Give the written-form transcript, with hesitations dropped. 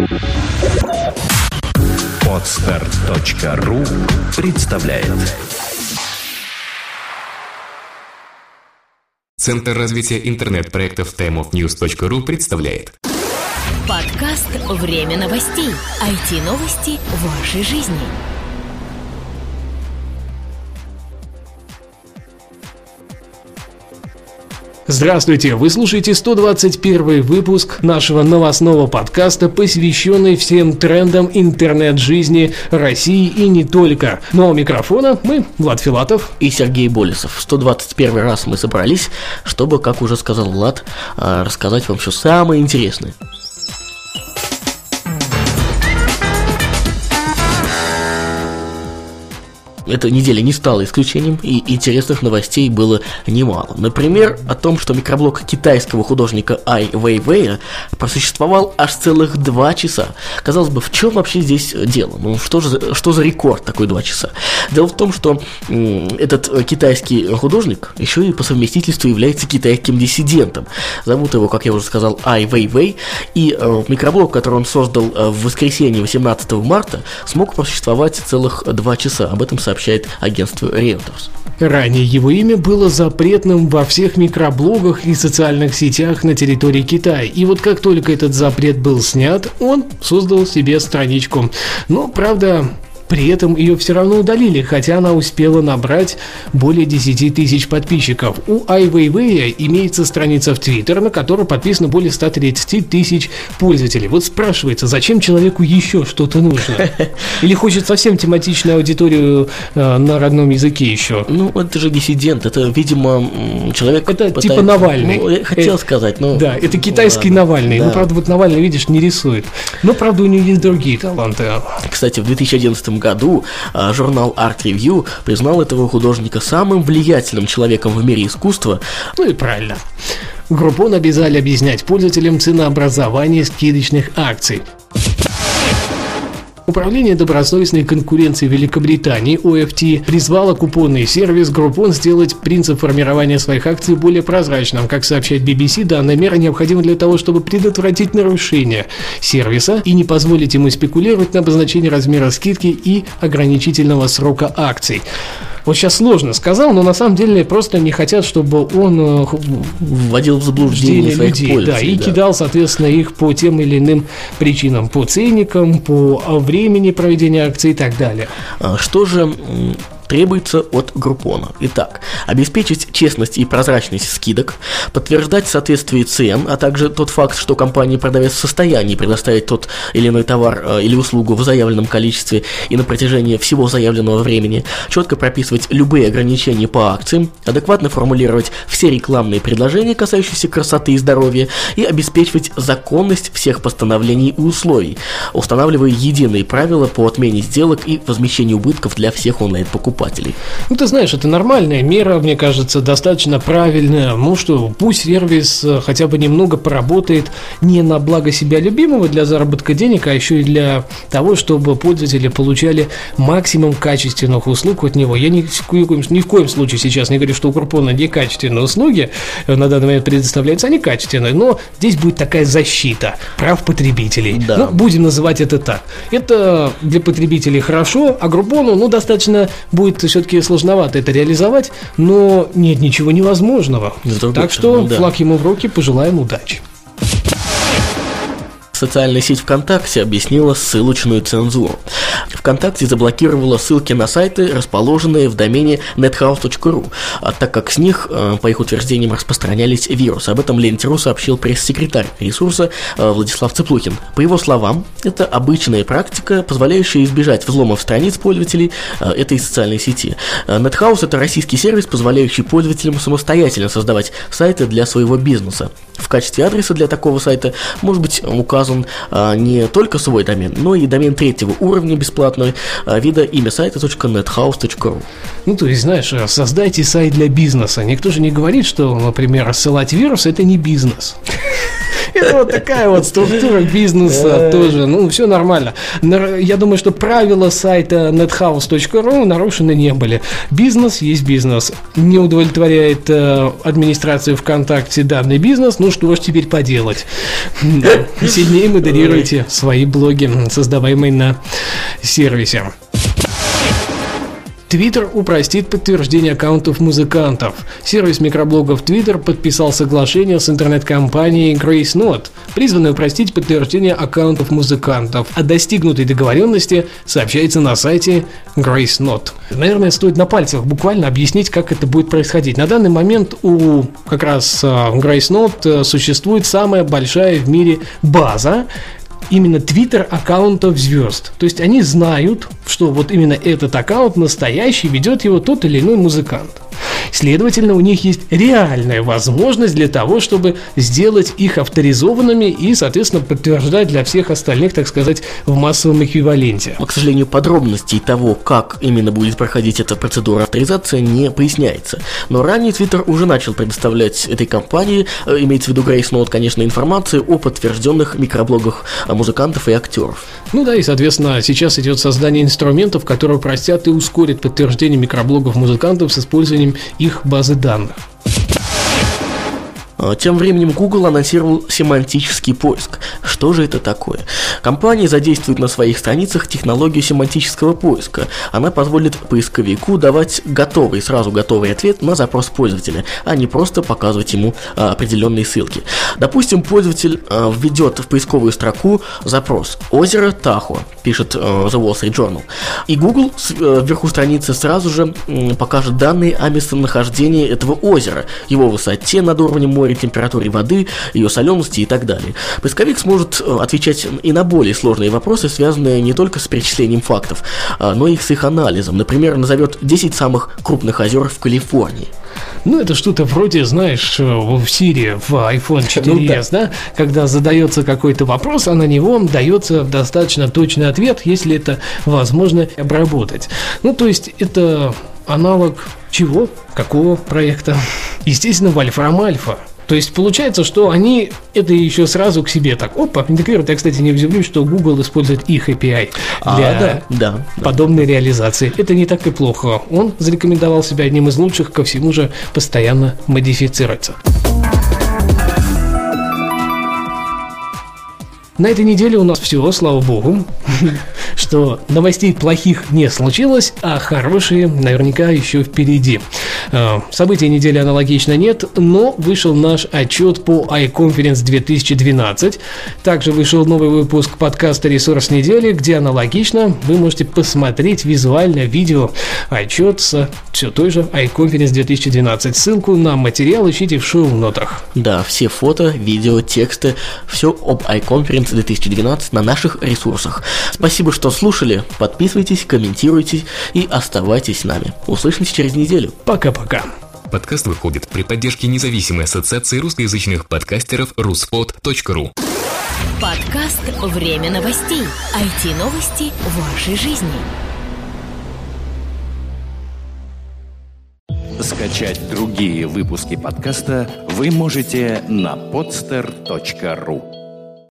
Podster.ru представляет. Центр развития интернет-проектов timeofnews.ru представляет. Подкаст «Время новостей». IT-новости вашей жизни. Здравствуйте! Вы слушаете 121 выпуск нашего новостного подкаста, посвященный всем трендам интернет-жизни России и не только. Но у микрофона мы, Влад Филатов и Сергей Болесов. В 121 раз мы собрались, чтобы, как уже сказал Влад, рассказать вам все самое интересное. Эта неделя не стала исключением, и интересных новостей было немало. Например, о том, что микроблог китайского художника Ай Вэйвэя просуществовал аж целых 2 часа. Казалось бы, в чем вообще здесь дело? Ну, что за рекорд такой 2 часа? Дело в том, что этот китайский художник еще и по совместительству является китайским диссидентом. Зовут его, как я уже сказал, Ай Вэйвэй, и микроблог, который он создал в воскресенье 18 марта, смог просуществовать целых 2 часа. Об этом сообщает агентство Reuters. Ранее его имя было запретным во всех микроблогах и социальных сетях на территории Китая. И вот как только этот запрет был снят, он создал себе страничку. Но, правда, при этом ее все равно удалили, хотя она успела набрать более 10 тысяч подписчиков. У Ай Вэйвэя имеется страница в Твиттер, на которой подписано более 130 тысяч пользователей. Вот спрашивается, зачем человеку еще что-то нужно? Или хочет совсем тематичную аудиторию на родном языке еще? Ну, это же диссидент, это, видимо, человек... Это пытается... типа Навальный. Ну, я хотел сказать, но... Да, это китайский Навальный. Да. Ну, правда, вот Навальный, видишь, не рисует. Но, правда, у него есть другие таланты. Кстати, в 2011 году журнал Art Review признал этого художника самым влиятельным человеком в мире искусства. Ну и правильно. Groupon обязали объяснять пользователям ценообразование скидочных акций. Управление добросовестной конкуренции Великобритании ОФТ призвало купонный сервис Groupon сделать принцип формирования своих акций более прозрачным. Как сообщает BBC, данная мера необходима для того, чтобы предотвратить нарушение сервиса и не позволить ему спекулировать на обозначении размера скидки и ограничительного срока акций. Вот сейчас сложно сказал, но на самом деле просто не хотят, чтобы он вводил в заблуждение своих людей, пользователей. Да, и кидал, соответственно, их по тем или иным причинам, по ценникам, по времени проведения акций и так далее. Что же требуется от Groupon? Итак, обеспечить честность и прозрачность скидок, подтверждать соответствие цен, а также тот факт, что компания-продавец в состоянии предоставить тот или иной товар или услугу в заявленном количестве и на протяжении всего заявленного времени, четко прописывать любые ограничения по акциям, адекватно формулировать все рекламные предложения, касающиеся красоты и здоровья, и обеспечивать законность всех постановлений и условий, устанавливая единые правила по отмене сделок и возмещению убытков для всех онлайн-покупателей. Ну, ты знаешь, это нормальная мера, мне кажется, достаточно правильная. Ну что, пусть сервис хотя бы немного поработает не на благо себя любимого для заработка денег, а еще и для того, чтобы пользователи получали максимум качественных услуг от него. Я ни в коем случае сейчас не говорю, что у Groupon некачественные услуги на данный момент предоставляются, они качественные, но здесь будет такая защита прав потребителей. Да. Ну, будем называть это так. Это для потребителей хорошо, а Groupon, достаточно будет все-таки сложновато это реализовать, но нет ничего невозможного. Так что флаг ему в руки, пожелаем удачи. Социальная сеть ВКонтакте объяснила ссылочную цензуру. ВКонтакте заблокировала ссылки на сайты, расположенные в домене nethouse.ru, так как с них, по их утверждениям, распространялись вирусы. Об этом Ленте.ру сообщил пресс-секретарь ресурса Владислав Цыплухин. По его словам, это обычная практика, позволяющая избежать взломов страниц пользователей этой социальной сети. NetHouse – это российский сервис, позволяющий пользователям самостоятельно создавать сайты для своего бизнеса. В качестве адреса для такого сайта может быть указан не только свой домен, но и домен 3-го уровня бесплатного вида имя сайта .nethouse.ru. Ну, то есть, знаешь, создайте сайт для бизнеса. Никто же не говорит, что, например, рассылать вирус – это не бизнес. Это вот такая вот структура бизнеса тоже. Ну, все нормально. Я думаю, что правила сайта nethouse.ru нарушены не были. Бизнес есть бизнес. Не удовлетворяет администрацию ВКонтакте данный бизнес. Ну, что ж теперь поделать? Сильнее модерируйте свои блоги, создаваемые на сервисе. Twitter упростит подтверждение аккаунтов музыкантов. Сервис микроблогов Twitter подписал соглашение с интернет-компанией GraceNote, призванное упростить подтверждение аккаунтов музыкантов. О достигнутой договоренности сообщается на сайте GraceNote. Наверное, стоит на пальцах буквально объяснить, как это будет происходить. На данный момент у как раз GraceNote существует самая большая в мире база именно Twitter-аккаунтов звезд. То есть они знают, что вот именно этот аккаунт настоящий, ведет его тот или иной музыкант. Следовательно, у них есть реальная возможность для того, чтобы сделать их авторизованными и, соответственно, подтверждать для всех остальных, так сказать, в массовом эквиваленте. Но, к сожалению, подробностей того, как именно будет проходить эта процедура авторизации, не поясняется. Но ранее Twitter уже начал предоставлять этой компании, имеется в виду GraceNote, конечно, информацию о подтвержденных микроблогах музыкантов и актеров. Ну да, и, соответственно, сейчас идет создание инструментов, которые упростят и ускорят подтверждение микроблогов музыкантов с использованием их базы данных. Тем временем Google анонсировал семантический поиск. Что же это такое? Компания задействует на своих страницах технологию семантического поиска. Она позволит поисковику давать сразу готовый ответ на запрос пользователя, а не просто показывать ему определенные ссылки. Допустим, пользователь введет в поисковую строку запрос «Озеро Тахо», пишет The Wall Street Journal. И Google вверху страницы сразу же покажет данные о местонахождении этого озера, его высоте над уровнем моря, температуре воды, ее солености и так далее. Поисковик сможет отвечать и на более сложные вопросы, связанные не только с перечислением фактов, но и с их анализом. Например, назовет 10 самых крупных озер в Калифорнии. Ну, это что-то вроде, знаешь, в Siri, в iPhone 4s, да? Когда задается какой-то вопрос, а на него дается достаточно точный ответ, если это возможно обработать. Ну, то есть, это аналог чего? Какого проекта? Естественно, Вольфрам Альфа. То есть получается, что они это еще сразу к себе так, интегрируют. Я, кстати, не удивлюсь, что Google использует их API для подобной реализации. Это не так и плохо. Он зарекомендовал себя одним из лучших, ко всему же постоянно модифицируется. На этой неделе у нас все, слава богу, что новостей плохих не случилось, а хорошие наверняка еще впереди. Событий недели аналогично нет, но вышел наш отчет по iConference 2012. Также вышел новый выпуск подкаста «Ресурс недели», где аналогично вы можете посмотреть визуально видео отчет с все той же iConference 2012. Ссылку на материал ищите в шоу-нотах. Да, все фото, видео, тексты, все об iConference 2012 на наших ресурсах. Спасибо, что слушали. Подписывайтесь, комментируйте и оставайтесь с нами. Услышимся через неделю. Пока-пока. Подкаст выходит при поддержке независимой ассоциации русскоязычных подкастеров ruspod.ru. Подкаст «Время новостей». IT-новости вашей жизни. Скачать другие выпуски подкаста вы можете на podster.ru.